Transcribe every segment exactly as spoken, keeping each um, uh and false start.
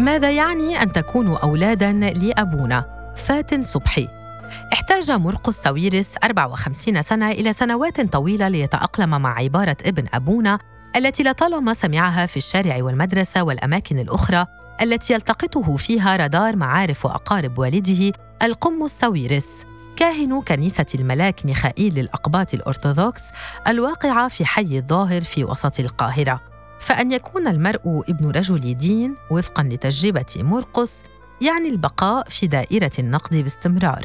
ماذا يعني أن تكونوا أولاداً لأبونا؟ فاتن صبحي. احتاج مرقس ساويرس أربع وخمسين سنة إلى سنوات طويلة ليتأقلم مع عبارة ابن أبونا التي لطالما سمعها في الشارع والمدرسة والأماكن الأخرى التي يلتقطه فيها رادار معارف وأقارب والده القمص ساويرس، كاهن كنيسة الملاك ميخائيل للأقباط الأرثوذكس الواقعة في حي الظاهر في وسط القاهرة. فأن يكون المرء ابن رجل دين وفقاً لتجربة مرقس يعني البقاء في دائرة النقد باستمرار.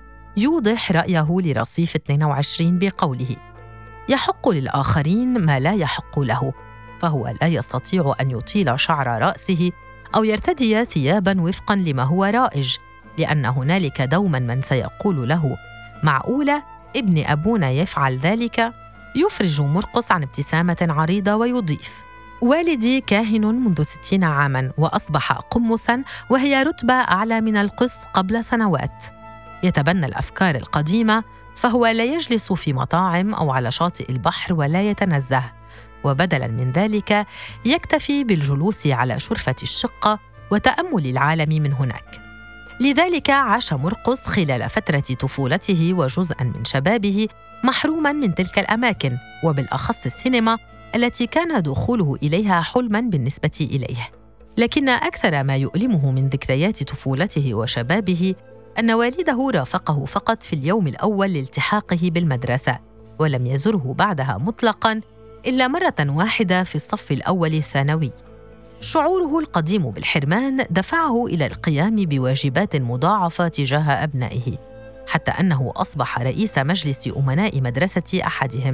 يوضح رأيه لرصيف اثنين وعشرين بقوله: يحق للآخرين ما لا يحق له، فهو لا يستطيع أن يطيل شعر رأسه أو يرتدي ثياباً وفقاً لما هو رائج، لأن هنالك دوماً من سيقول له: معقولة ابن أبونا يفعل ذلك؟ يفرج مرقس عن ابتسامة عريضة ويضيف: والدي كاهن منذ ستين عاماً وأصبح قمصاً، وهي رتبة أعلى من القس قبل سنوات. يتبنى الأفكار القديمة، فهو لا يجلس في مطاعم أو على شاطئ البحر ولا يتنزه، وبدلاً من ذلك يكتفي بالجلوس على شرفة الشقة وتأمل العالم من هناك. لذلك عاش مرقس خلال فترة طفولته وجزءاً من شبابه محروماً من تلك الأماكن، وبالأخص السينما التي كان دخوله إليها حلماً بالنسبة إليه. لكن أكثر ما يؤلمه من ذكريات طفولته وشبابه أن والده رافقه فقط في اليوم الأول لالتحاقه بالمدرسة، ولم يزره بعدها مطلقاً إلا مرة واحدة في الصف الأول الثانوي. شعوره القديم بالحرمان دفعه إلى القيام بواجبات مضاعفة تجاه أبنائه، حتى أنه أصبح رئيس مجلس أمناء مدرسة أحدهم.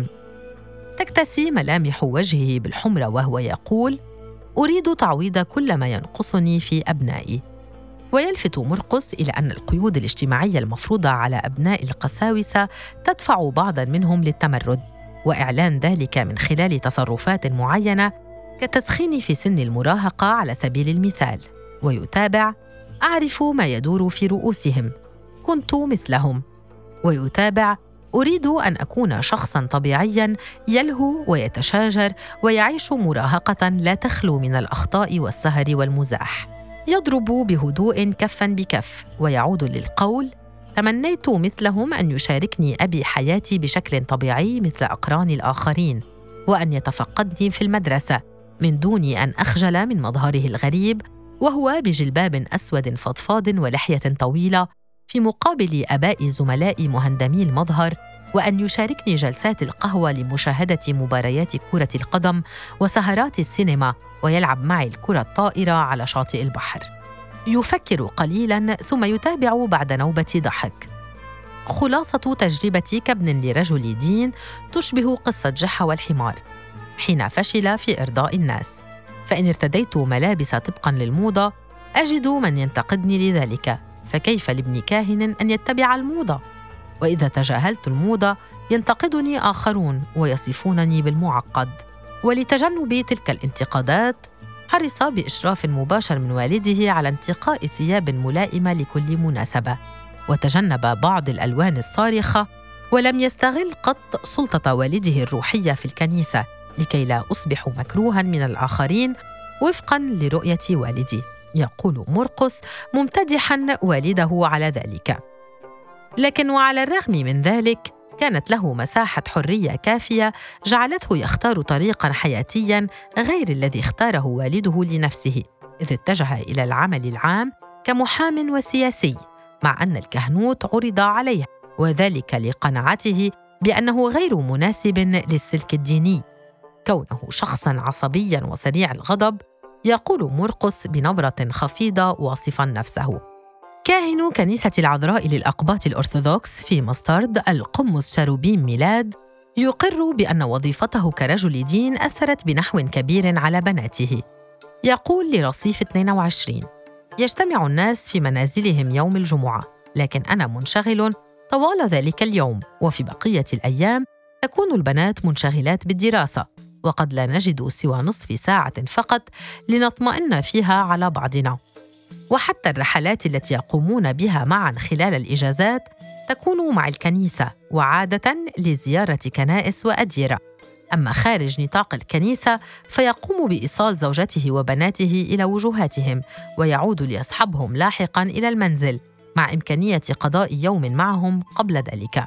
تكتسي ملامح وجهه بالحمرة وهو يقول: أريد تعويض كل ما ينقصني في أبنائي. ويلفت مرقس إلى أن القيود الاجتماعية المفروضة على أبناء القساوسة تدفع بعضاً منهم للتمرد، وإعلان ذلك من خلال تصرفات معينة كالتدخين في سن المراهقة على سبيل المثال. ويتابع: أعرف ما يدور في رؤوسهم، كنت مثلهم. ويتابع: أريد أن أكون شخصاً طبيعياً يلهو ويتشاجر ويعيش مراهقة لا تخلو من الأخطاء والسهر والمزاح. يضرب بهدوء كفاً بكف ويعود للقول: تمنيت مثلهم أن يشاركني أبي حياتي بشكل طبيعي مثل أقراني الآخرين، وأن يتفقدني في المدرسة من دون أن أخجل من مظهره الغريب، وهو بجلباب أسود فضفاض ولحية طويلة، في مقابل آباء زملائي مهندمي المظهر، وأن يشاركني جلسات القهوة لمشاهدة مباريات كرة القدم وسهرات السينما، ويلعب معي الكرة الطائرة على شاطئ البحر. يفكر قليلاً ثم يتابع بعد نوبة ضحك: خلاصة تجربتي كابن لرجل دين تشبه قصة جحا والحمار حين فشل في إرضاء الناس. فإن ارتديت ملابس طبقاً للموضة أجد من ينتقدني لذلك، فكيف لابن كاهن أن يتبع الموضة؟ وإذا تجاهلت الموضة ينتقدني آخرون ويصفونني بالمعقد. ولتجنب تلك الانتقادات حرص بإشراف مباشر من والده على انتقاء ثياب ملائمة لكل مناسبة، وتجنب بعض الألوان الصارخة، ولم يستغل قط سلطة والده الروحية في الكنيسة لكي لا أصبح مكروها من الآخرين وفقا لرؤية والدي. يقول مرقس ممتدحا والده على ذلك. لكن وعلى الرغم من ذلك كانت له مساحة حرية كافية جعلته يختار طريقاً حياتياً غير الذي اختاره والده لنفسه، إذ اتجه إلى العمل العام كمحام وسياسي، مع أن الكهنوت عرض عليه، وذلك لقناعته بأنه غير مناسب للسلك الديني. كونه شخصاً عصبياً وسريع الغضب، يقول مرقس بنبرة خفيضة واصفاً نفسه: كاهن كنيسة العذراء للأقباط الأرثوذكس في مسترد القمص شاروبيم ميلاد يقر بأن وظيفته كرجل دين أثرت بنحو كبير على بناته. يقول لرصيف اثنين وعشرين: يجتمع الناس في منازلهم يوم الجمعة، لكن أنا منشغل طوال ذلك اليوم، وفي بقية الأيام تكون البنات منشغلات بالدراسة، وقد لا نجد سوى نصف ساعة فقط لنطمئن فيها على بعضنا. وحتى الرحلات التي يقومون بها معاً خلال الإجازات تكون مع الكنيسة، وعادة لزيارة كنائس وأديرة. أما خارج نطاق الكنيسة فيقوم بإيصال زوجته وبناته إلى وجهاتهم، ويعود ليصحبهم لاحقاً إلى المنزل مع إمكانية قضاء يوم معهم قبل ذلك،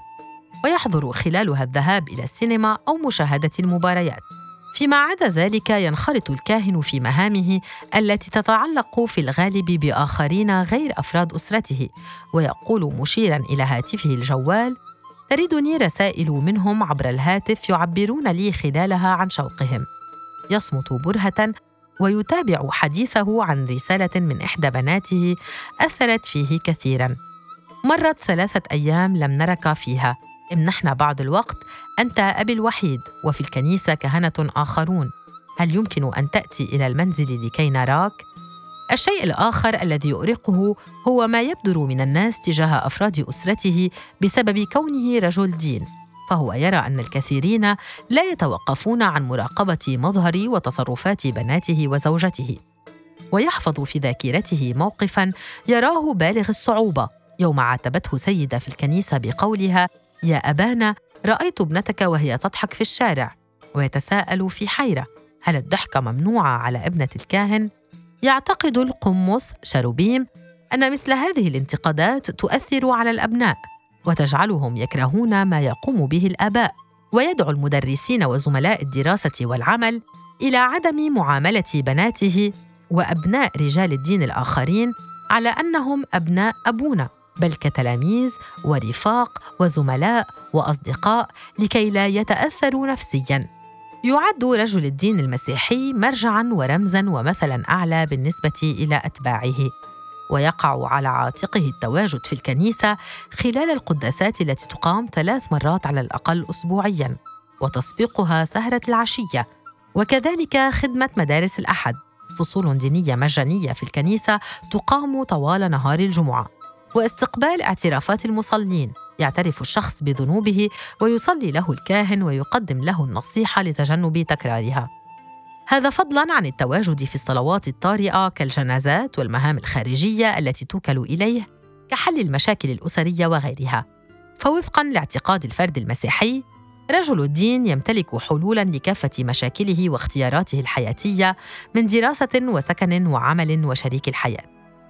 ويحضر خلالها الذهاب إلى السينما أو مشاهدة المباريات. فيما عدا ذلك ينخرط الكاهن في مهامه التي تتعلق في الغالب بآخرين غير أفراد أسرته، ويقول مشيراً إلى هاتفه الجوال: تردني رسائل منهم عبر الهاتف يعبرون لي خلالها عن شوقهم. يصمت برهة ويتابع حديثه عن رسالة من إحدى بناته أثرت فيه كثيراً: مرت ثلاثة أيام لم نرك فيها، امنحنا بعض الوقت، أنت أبي الوحيد وفي الكنيسة كهنة آخرون، هل يمكن أن تأتي إلى المنزل لكي نراك؟ الشيء الآخر الذي يؤرقه هو ما يبدر من الناس تجاه أفراد أسرته بسبب كونه رجل دين، فهو يرى أن الكثيرين لا يتوقفون عن مراقبة مظهر وتصرفات بناته وزوجته، ويحفظ في ذاكرته موقفاً يراه بالغ الصعوبة يوم عاتبته سيدة في الكنيسة بقولها: يا أبانا، رأيت ابنتك وهي تضحك في الشارع، ويتساءل في حيرة: هل الضحك ممنوعة على ابنة الكاهن؟ يعتقد القمص شاروبيم أن مثل هذه الانتقادات تؤثر على الأبناء وتجعلهم يكرهون ما يقوم به الآباء، ويدعو المدرسين وزملاء الدراسة والعمل إلى عدم معاملة بناته وأبناء رجال الدين الآخرين على أنهم أبناء أبونا، بل كتلاميذ ورفاق وزملاء وأصدقاء لكي لا يتأثروا نفسياً. يعد رجل الدين المسيحي مرجعاً ورمزاً ومثلاً أعلى بالنسبة إلى أتباعه، ويقع على عاتقه التواجد في الكنيسة خلال القداسات التي تقام ثلاث مرات على الأقل أسبوعياً، وتسبقها سهرة العشية، وكذلك خدمة مدارس الأحد، فصول دينية مجانية في الكنيسة تقام طوال نهار الجمعة، واستقبال اعترافات المصلين. يعترف الشخص بذنوبه ويصلي له الكاهن ويقدم له النصيحة لتجنب تكرارها، هذا فضلاً عن التواجد في الصلوات الطارئة كالجنازات والمهام الخارجية التي توكل إليه كحل المشاكل الأسرية وغيرها. فوفقاً لاعتقاد الفرد المسيحي، رجل الدين يمتلك حلولاً لكافة مشاكله واختياراته الحياتية من دراسة وسكن وعمل وشريك الحياة.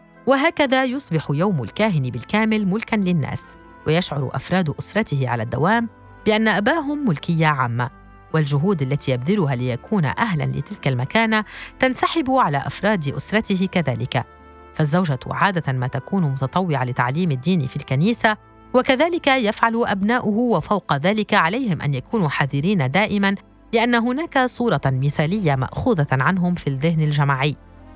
وهكذا يصبح يوم الكاهن بالكامل ملكاً للناس، ويشعر أفراد أسرته على الدوام بأن أباهم ملكية عامة، والجهود التي يبذلها ليكون أهلاً لتلك المكانة تنسحب على أفراد أسرته كذلك. فالزوجة عادة ما تكون متطوعة لتعليم الدين في الكنيسة، وكذلك يفعل أبناؤه، وفوق ذلك عليهم أن يكونوا حذرين دائماً لأن هناك صورة مثالية مأخوذة عنهم في الذهن الجماعي،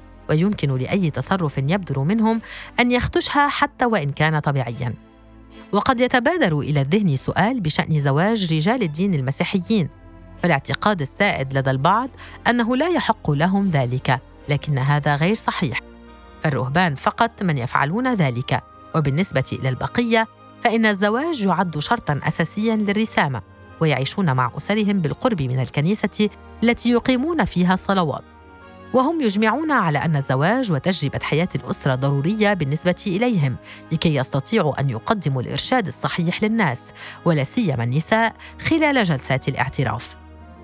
ويمكن لأي تصرف يبدر منهم أن يخدشها حتى وإن كان طبيعياً. وقد يتبادر إلى الذهن سؤال بشأن زواج رجال الدين المسيحيين، فالاعتقاد السائد لدى البعض أنه لا يحق لهم ذلك، لكن هذا غير صحيح، فالرهبان فقط من يفعلون ذلك، وبالنسبة إلى البقية فإن الزواج يعد شرطاً أساسياً للرسامة، ويعيشون مع أسرهم بالقرب من الكنيسة التي يقيمون فيها الصلوات، وهم يجمعون على أن الزواج وتجربة حياة الأسرة ضرورية بالنسبة إليهم لكي يستطيعوا أن يقدموا الإرشاد الصحيح للناس، ولا سيما النساء، خلال جلسات الاعتراف.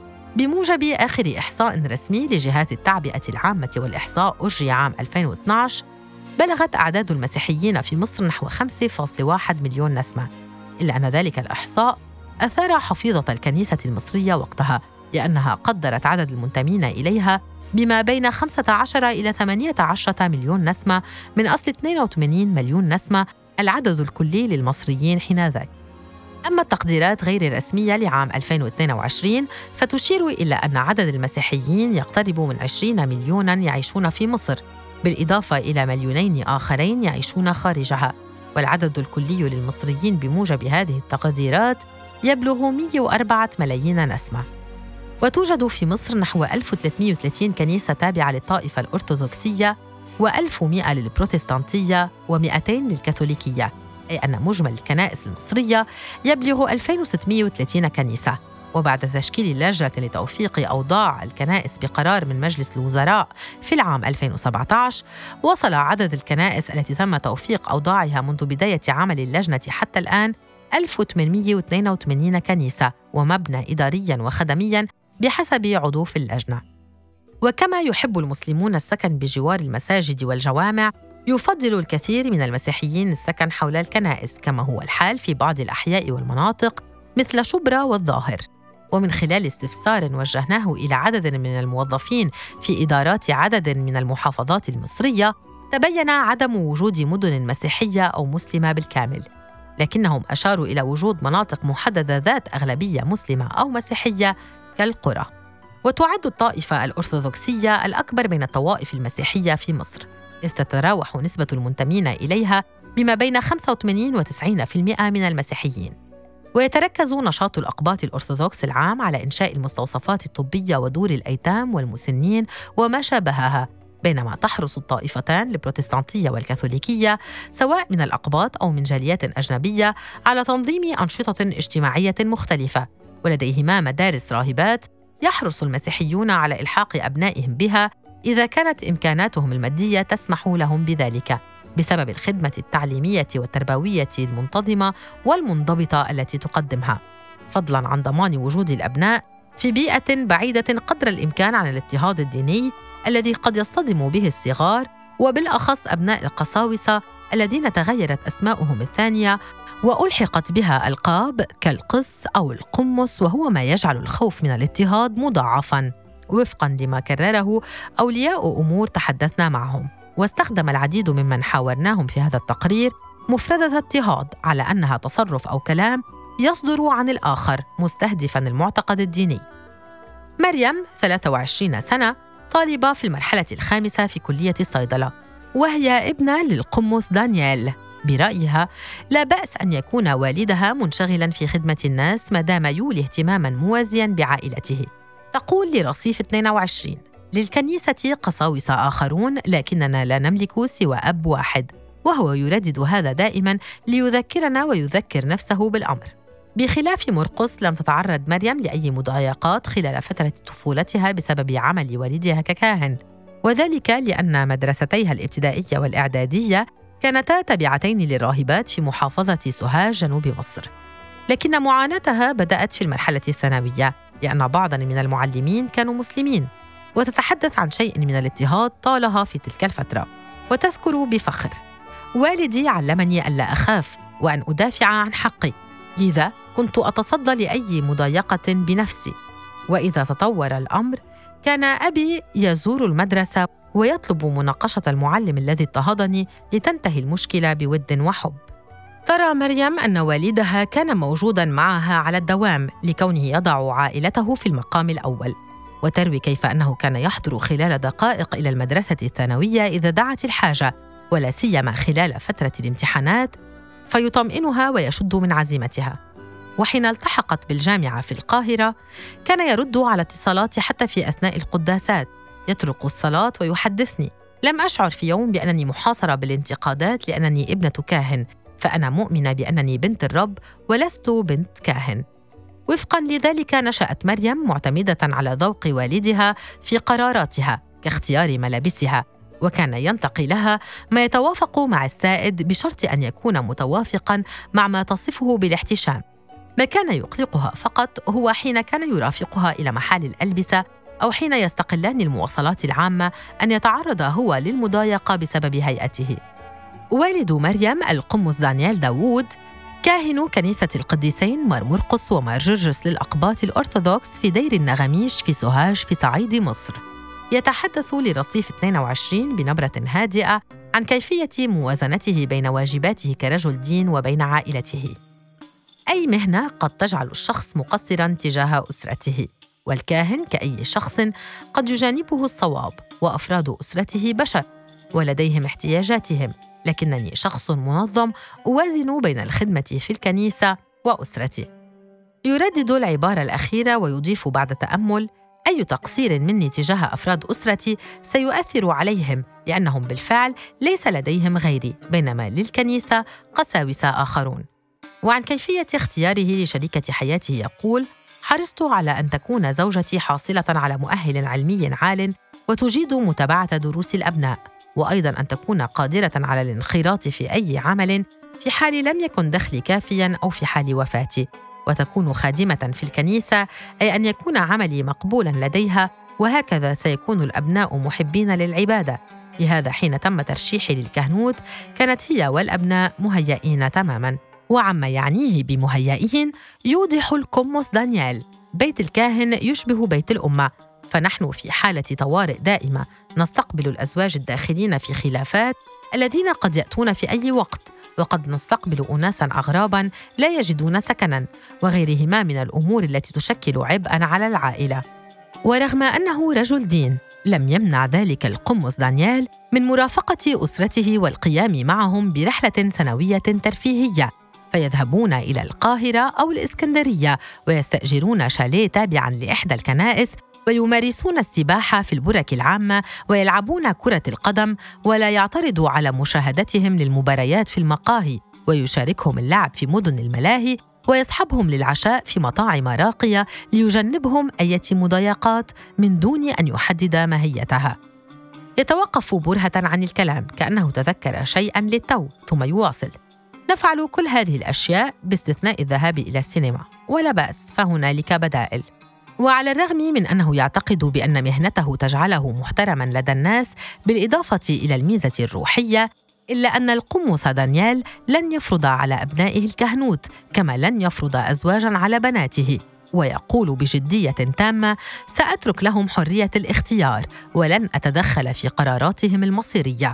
بموجب آخر إحصاء رسمي لجهات التعبئة العامة والإحصاء أجري عام ألفين واثني عشر، بلغت أعداد المسيحيين في مصر نحو خمسة فاصلة واحد مليون نسمة، إلا أن ذلك الإحصاء أثار حفيظة الكنيسة المصرية وقتها، لأنها قدرت عدد المنتمين إليها بما بين خمسة عشر إلى ثمانية عشر مليون نسمة من أصل اثنين وثمانين مليون نسمة، العدد الكلي للمصريين حينذاك. أما التقديرات غير الرسمية لعام ألفين واثنين وعشرين فتشير إلى أن عدد المسيحيين يقترب من عشرين مليوناً يعيشون في مصر، بالإضافة إلى مليونين آخرين يعيشون خارجها، والعدد الكلي للمصريين بموجب هذه التقديرات يبلغ مئة وأربعة ملايين نسمة. وتوجد في مصر نحو ألف وثلاثمئة وثلاثين كنيسة تابعة للطائفة الأرثوذكسية، وألف ومئة للبروتستانتية، ومئتين للكاثوليكية، أي أن مجمل الكنائس المصرية يبلغ ألفين وستمئة وثلاثين كنيسة. وبعد تشكيل لجنة لتوفيق أوضاع الكنائس بقرار من مجلس الوزراء في العام ألفين وسبعة عشر، وصل عدد الكنائس التي تم توفيق أوضاعها منذ بداية عمل اللجنة حتى الآن ألف وثمانمئة واثنين وثمانين كنيسة ومبنى إدارياً وخدمياً بحسب عضو في اللجنة. وكما يحب المسلمون السكن بجوار المساجد والجوامع، يفضل الكثير من المسيحيين السكن حول الكنائس، كما هو الحال في بعض الأحياء والمناطق مثل شبرا والظاهر. ومن خلال استفسار وجهناه إلى عدد من الموظفين في إدارات عدد من المحافظات المصرية، تبين عدم وجود مدن مسيحية أو مسلمة بالكامل، لكنهم أشاروا إلى وجود مناطق محددة ذات أغلبية مسلمة أو مسيحية كالقرى. وتعد الطائفة الأرثوذكسية الأكبر بين الطوائف المسيحية في مصر، إذ تتراوح نسبة المنتمين إليها بما بين خمسة وثمانين وتسعين بالمئة من المسيحيين. ويتركز نشاط الأقباط الأرثوذكس العام على إنشاء المستوصفات الطبية ودور الأيتام والمسنين وما شابهها، بينما تحرص الطائفتان البروتستانتية والكاثوليكية سواء من الأقباط أو من جاليات أجنبية على تنظيم أنشطة اجتماعية مختلفة، ولديهما مدارس راهبات يحرص المسيحيون على إلحاق أبنائهم بها إذا كانت إمكاناتهم المادية تسمح لهم بذلك، بسبب الخدمة التعليمية والتربوية المنتظمة والمنضبطة التي تقدمها، فضلاً عن ضمان وجود الأبناء في بيئة بعيدة قدر الإمكان عن الاضطهاد الديني الذي قد يصطدم به الصغار، وبالأخص أبناء القساوسة الذين تغيرت أسماؤهم الثانية وألحقت بها ألقاب كالقس أو القمص، وهو ما يجعل الخوف من الاضطهاد مضاعفاً، وفقاً لما كرره أولياء أمور تحدثنا معهم. واستخدم العديد ممن حاورناهم في هذا التقرير مفردة اضطهاد على أنها تصرف أو كلام يصدر عن الآخر مستهدفاً المعتقد الديني. مريم ثلاثة وعشرين سنة، طالبة في المرحلة الخامسة في كلية الصيدلة، وهي ابنة للقمص دانيال. برأيها لا بأس أن يكون والدها منشغلاً في خدمة الناس ما دام يولي اهتماماً موازياً بعائلته. تقول لرصيف اثنين وعشرين: للكنيسة قساوسة آخرون، لكننا لا نملك سوى أب واحد، وهو يردد هذا دائماً ليذكرنا ويذكر نفسه بالأمر. بخلاف مرقس، لم تتعرض مريم لأي مضايقات خلال فترة طفولتها بسبب عمل والدها ككاهن، وذلك لأن مدرستيها الابتدائية والإعدادية كانتا تابعتين للراهبات في محافظة سوهاج جنوب مصر. لكن معاناتها بدأت في المرحلة الثانوية، لأن بعضاً من المعلمين كانوا مسلمين، وتتحدث عن شيء من الاضطهاد طالها في تلك الفترة، وتذكر بفخر: والدي علمني ألا أخاف وأن أدافع عن حقي، لذا كنت أتصدى لأي مضايقة بنفسي، وإذا تطور الأمر كان أبي يزور المدرسة ويطلب مناقشة المعلم الذي اضطهدني لتنتهي المشكلة بود وحب. ترى مريم أن والدها كان موجوداً معها على الدوام لكونه يضع عائلته في المقام الأول، وتروي كيف أنه كان يحضر خلال دقائق إلى المدرسة الثانوية إذا دعت الحاجة، ولا سيما خلال فترة الامتحانات، فيطمئنها ويشد من عزيمتها. وحين التحقت بالجامعة في القاهرة كان يرد على اتصالات حتى في أثناء القداسات، يترك الصلاة ويحدثني: لم أشعر في يوم بأنني محاصرة بالانتقادات لأنني ابنة كاهن، فأنا مؤمنة بأنني بنت الرب ولست بنت كاهن. وفقاً لذلك نشأت مريم معتمدة على ذوق والدها في قراراتها كاختيار ملابسها، وكان ينتقي لها ما يتوافق مع السائد بشرط أن يكون متوافقاً مع ما تصفه بالاحتشام. ما كان يقلقها فقط هو حين كان يرافقها إلى محل الألبسة أو حين يستقلان المواصلات العامة أن يتعرض هو للمضايقة بسبب هيئته. والد مريم القمص دانيال داوود كاهن كنيسة القديسين مار مرقس ومار جرجس للأقباط الأرثوذكس في دير النغميش في سوهاج في صعيد مصر. يتحدث لرصيف اثنين وعشرين بنبرة هادئة عن كيفية موازنته بين واجباته كرجل دين وبين عائلته. أي مهنة قد تجعل الشخص مقصراً تجاه أسرته، والكاهن كأي شخص قد يجانبه الصواب، وأفراد أسرته بشر ولديهم احتياجاتهم، لكنني شخص منظم أوازن بين الخدمة في الكنيسة وأسرتي. يردد العبارة الأخيرة ويضيف بعد تأمل: أي تقصير مني تجاه أفراد أسرتي سيؤثر عليهم، لأنهم بالفعل ليس لديهم غيري، بينما للكنيسة قساوسة آخرون. وعن كيفية اختياره لشريكة حياته يقول: حرصت على أن تكون زوجتي حاصلة على مؤهل علمي عال وتجيد متابعة دروس الأبناء، وأيضاً أن تكون قادرة على الانخراط في أي عمل في حال لم يكن دخلي كافياً أو في حال وفاتي، وتكون خادمة في الكنيسة، أي أن يكون عملي مقبولاً لديها، وهكذا سيكون الأبناء محبين للعبادة. لهذا حين تم ترشيحي للكهنوت كانت هي والأبناء مهيئين تماماً. وعما يعنيه بمهيئين، يوضح القمص دانيال: بيت الكاهن يشبه بيت الأمة، فنحن في حالة طوارئ دائمة، نستقبل الأزواج الداخلين في خلافات الذين قد يأتون في أي وقت، وقد نستقبل أناساً أغراباً لا يجدون سكناً، وغيرهما من الأمور التي تشكل عبئاً على العائلة. ورغم أنه رجل دين، لم يمنع ذلك القمص دانيال من مرافقة أسرته والقيام معهم برحلة سنوية ترفيهية، فيذهبون إلى القاهرة أو الإسكندرية ويستأجرون شاليه تابعاً لإحدى الكنائس، ويمارسون السباحة في البرك العامة ويلعبون كرة القدم، ولا يعترض على مشاهدتهم للمباريات في المقاهي، ويشاركهم اللعب في مدن الملاهي، ويصحبهم للعشاء في مطاعم راقية ليجنبهم أي مضايقات من دون أن يحدد ماهيتها. يتوقف برهة عن الكلام كأنه تذكر شيئاً للتو، ثم يواصل: نفعل كل هذه الأشياء باستثناء الذهاب إلى السينما، ولا بأس، فهنالك بدائل. وعلى الرغم من أنه يعتقد بأن مهنته تجعله محترماً لدى الناس بالإضافة إلى الميزة الروحية، إلا أن القمص دانيال لن يفرض على أبنائه الكهنوت، كما لن يفرض أزواجاً على بناته، ويقول بجدية تامة: سأترك لهم حرية الاختيار ولن أتدخل في قراراتهم المصيرية.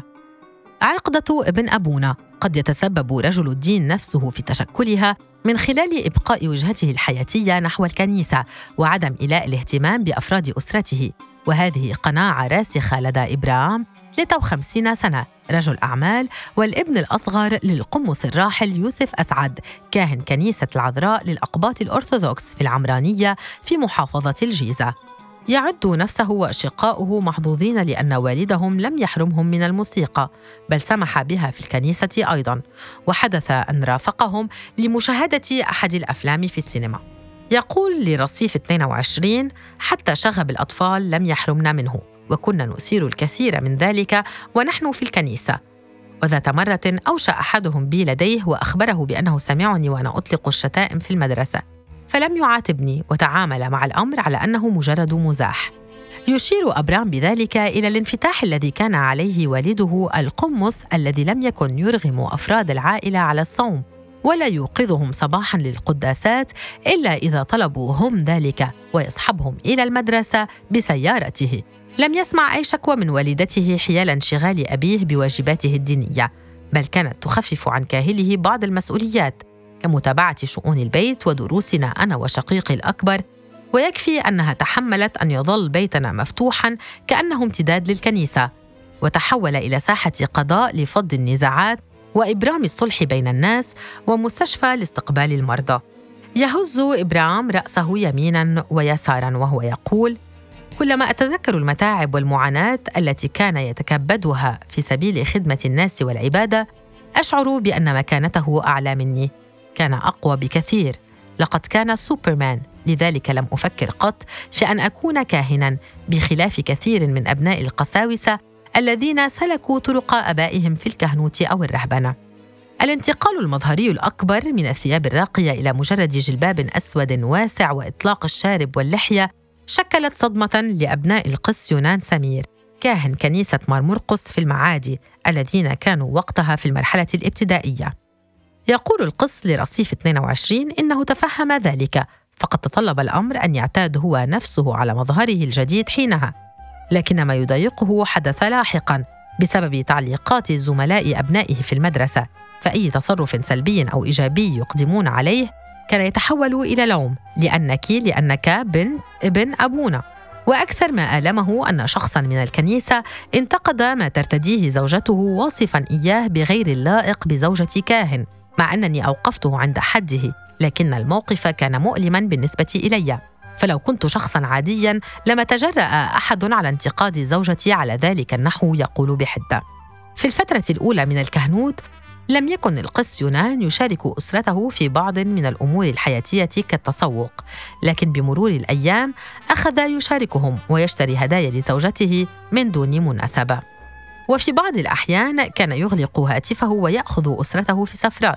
عقدة ابن أبونا قد يتسبب رجل الدين نفسه في تشكلها من خلال إبقاء وجهته الحياتية نحو الكنيسة وعدم إيلاء الاهتمام بأفراد أسرته، وهذه قناعة راسخة لدى إبراهام، ثلاثة وخمسين سنة، رجل أعمال والابن الأصغر للقمص الراحل يوسف أسعد، كاهن كنيسة العذراء للأقباط الأرثوذكس في العمرانية في محافظة الجيزة. يعد نفسه وأشقاؤه محظوظين لأن والدهم لم يحرمهم من الموسيقى، بل سمح بها في الكنيسة أيضاً، وحدث أن رافقهم لمشاهدة أحد الأفلام في السينما. يقول لرصيف اثنين وعشرين: حتى شغب الأطفال لم يحرمنا منه، وكنا نثير الكثير من ذلك ونحن في الكنيسة. وذات مرة أوشى أحدهم بي لديه وأخبره بأنه سمعني وأنا أطلق الشتائم في المدرسة، فلم يعاتبني وتعامل مع الأمر على أنه مجرد مزاح. يشير أبرام بذلك إلى الانفتاح الذي كان عليه والده القمص، الذي لم يكن يرغم أفراد العائلة على الصوم ولا يوقظهم صباحاً للقداسات إلا إذا طلبوا هم ذلك، ويصحبهم إلى المدرسة بسيارته. لم يسمع أي شكوى من والدته حيال انشغال أبيه بواجباته الدينية، بل كانت تخفف عن كاهله بعض المسؤوليات كمتابعة شؤون البيت ودروسنا أنا وشقيقي الأكبر، ويكفي أنها تحملت أن يظل بيتنا مفتوحاً كأنه امتداد للكنيسة، وتحول إلى ساحة قضاء لفض النزاعات وإبرام الصلح بين الناس ومستشفى لاستقبال المرضى. يهز إبرام رأسه يميناً ويساراً وهو يقول: كلما أتذكر المتاعب والمعاناة التي كان يتكبدها في سبيل خدمة الناس والعبادة، أشعر بأن مكانته أعلى مني. كان أقوى بكثير، لقد كان سوبرمان، لذلك لم أفكر قط في أن أكون كاهناً، بخلاف كثير من أبناء القساوسة الذين سلكوا طرق آبائهم في الكهنوت أو الرهبنة. الانتقال المظهري الأكبر من الثياب الراقية إلى مجرد جلباب أسود واسع وإطلاق الشارب واللحية شكلت صدمة لأبناء القس يونان سمير، كاهن كنيسة مار مرقس في المعادي، الذين كانوا وقتها في المرحلة الابتدائية. يقول القس لرصيف اثنين وعشرين إنه تفهم ذلك، فقد تطلب الأمر أن يعتاد هو نفسه على مظهره الجديد حينها، لكن ما يضايقه حدث لاحقاً بسبب تعليقات زملاء أبنائه في المدرسة، فأي تصرف سلبي أو إيجابي يقدمون عليه كان يتحول إلى لوم: لأنك لأنك بنت ابن أبونا. وأكثر ما آلمه أن شخصاً من الكنيسة انتقد ما ترتديه زوجته، واصفاً إياه بغير اللائق بزوجة كاهن، مع أنني أوقفته عند حده، لكن الموقف كان مؤلماً بالنسبة إلي، فلو كنت شخصاً عادياً لما تجرأ أحد على انتقاد زوجتي على ذلك النحو، يقول بحدة. في الفترة الأولى من الكهنوت لم يكن القس يونان يشارك أسرته في بعض من الأمور الحياتية كالتسوق، لكن بمرور الأيام أخذ يشاركهم ويشتري هدايا لزوجته من دون مناسبة. وفي بعض الأحيان كان يغلق هاتفه ويأخذ أسرته في سفرات،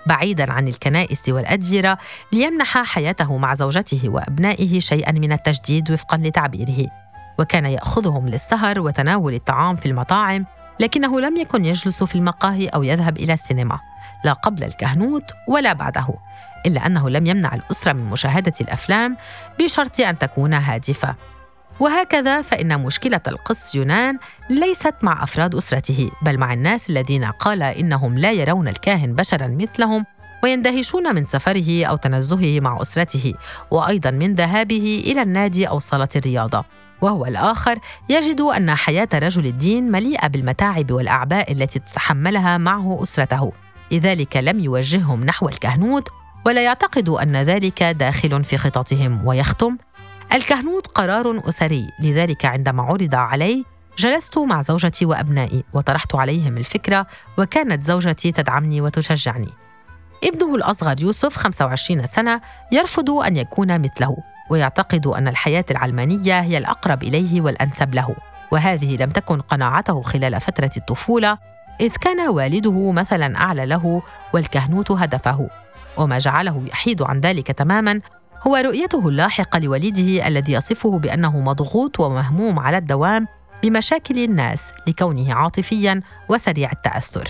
بعيداً عن الكنائس والأديرة ليمنح حياته مع زوجته وأبنائه شيئاً من التجديد وفقاً لتعبيره. وكان يأخذهم للسهر وتناول الطعام في المطاعم، لكنه لم يكن يجلس في المقاهي أو يذهب إلى السينما، لا قبل الكهنوت ولا بعده، إلا أنه لم يمنع الأسرة من مشاهدة الأفلام بشرط أن تكون هادفة. وهكذا فإن مشكلة القس يونان ليست مع أفراد أسرته، بل مع الناس الذين قال إنهم لا يرون الكاهن بشراً مثلهم ويندهشون من سفره أو تنزهه مع أسرته، وأيضاً من ذهابه إلى النادي أو صالة الرياضة. وهو الآخر يجد أن حياة رجل الدين مليئة بالمتاعب والأعباء التي تتحملها معه أسرته، لذلك لم يوجههم نحو الكهنوت ولا يعتقد أن ذلك داخل في خططهم. ويختم: الكهنوت قرار أسري، لذلك عندما عرض علي جلست مع زوجتي وأبنائي وطرحت عليهم الفكرة، وكانت زوجتي تدعمني وتشجعني. ابنه الأصغر يوسف خمسة وعشرين سنة يرفض أن يكون مثله، ويعتقد أن الحياة العلمانية هي الأقرب إليه والأنسب له، وهذه لم تكن قناعته خلال فترة الطفولة، إذ كان والده مثلاً أعلى له والكهنوت هدفه. وما جعله يحيد عن ذلك تماماً هو رؤيته اللاحقة لوالده الذي يصفه بأنه مضغوط ومهموم على الدوام بمشاكل الناس لكونه عاطفياً وسريع التأثر.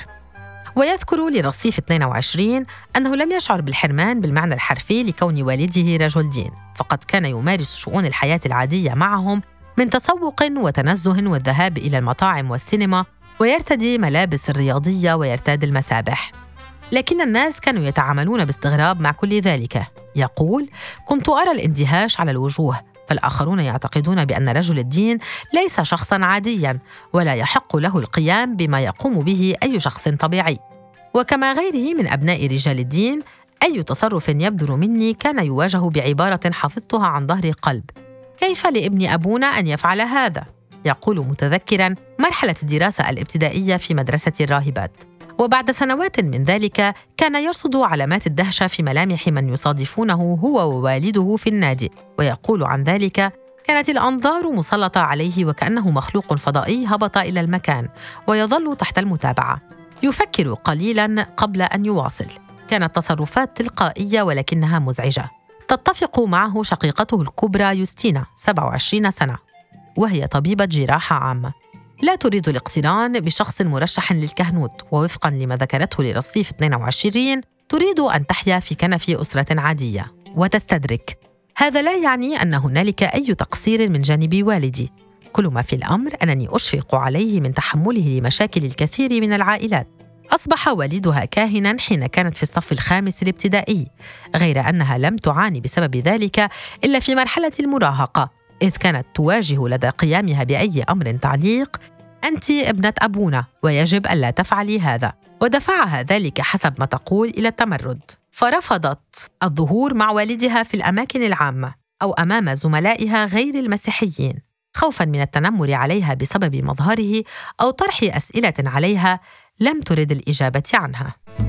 ويذكر لرصيف اثنين وعشرين أنه لم يشعر بالحرمان بالمعنى الحرفي لكون والده رجل دين، فقد كان يمارس شؤون الحياة العادية معهم من تسوق وتنزه والذهاب إلى المطاعم والسينما، ويرتدي ملابس الرياضية ويرتاد المسابح. لكن الناس كانوا يتعاملون باستغراب مع كل ذلك. يقول: كنت أرى الاندهاش على الوجوه، فالآخرون يعتقدون بأن رجل الدين ليس شخصاً عادياً ولا يحق له القيام بما يقوم به أي شخص طبيعي. وكما غيره من أبناء رجال الدين، أي تصرف يبدر مني كان يواجه بعبارة حفظتها عن ظهر قلب: كيف لابن أبونا أن يفعل هذا؟ يقول متذكراً مرحلة الدراسة الابتدائية في مدرسة الراهبات. وبعد سنوات من ذلك كان يرصد علامات الدهشة في ملامح من يصادفونه هو ووالده في النادي، ويقول عن ذلك: كانت الأنظار مسلطة عليه وكأنه مخلوق فضائي هبط إلى المكان ويظل تحت المتابعة. يفكر قليلاً قبل أن يواصل. كانت تصرفات تلقائية ولكنها مزعجة. تتفق معه شقيقته الكبرى يوستينا سبعة وعشرين سنة، وهي طبيبة جراحة عامة، لا تريد الاقتران بشخص مرشح للكهنوت، ووفقاً لما ذكرته لرصيف اثنين وعشرين تريد أن تحيا في كنف أسرة عادية. وتستدرك: هذا لا يعني أن هنالك أي تقصير من جانب والدي، كل ما في الأمر أنني أشفق عليه من تحمله لمشاكل الكثير من العائلات. أصبح والدها كاهناً حين كانت في الصف الخامس الابتدائي، غير أنها لم تعاني بسبب ذلك إلا في مرحلة المراهقة، إذ كانت تواجه لدى قيامها بأي أمر تعليق: أنت ابنة أبونا ويجب ألا تفعلي هذا، ودفعها ذلك حسب ما تقول إلى التمرد. فرفضت الظهور مع والدها في الأماكن العامة أو أمام زملائها غير المسيحيين، خوفاً من التنمر عليها بسبب مظهره أو طرح أسئلة عليها لم ترد الإجابة عنها.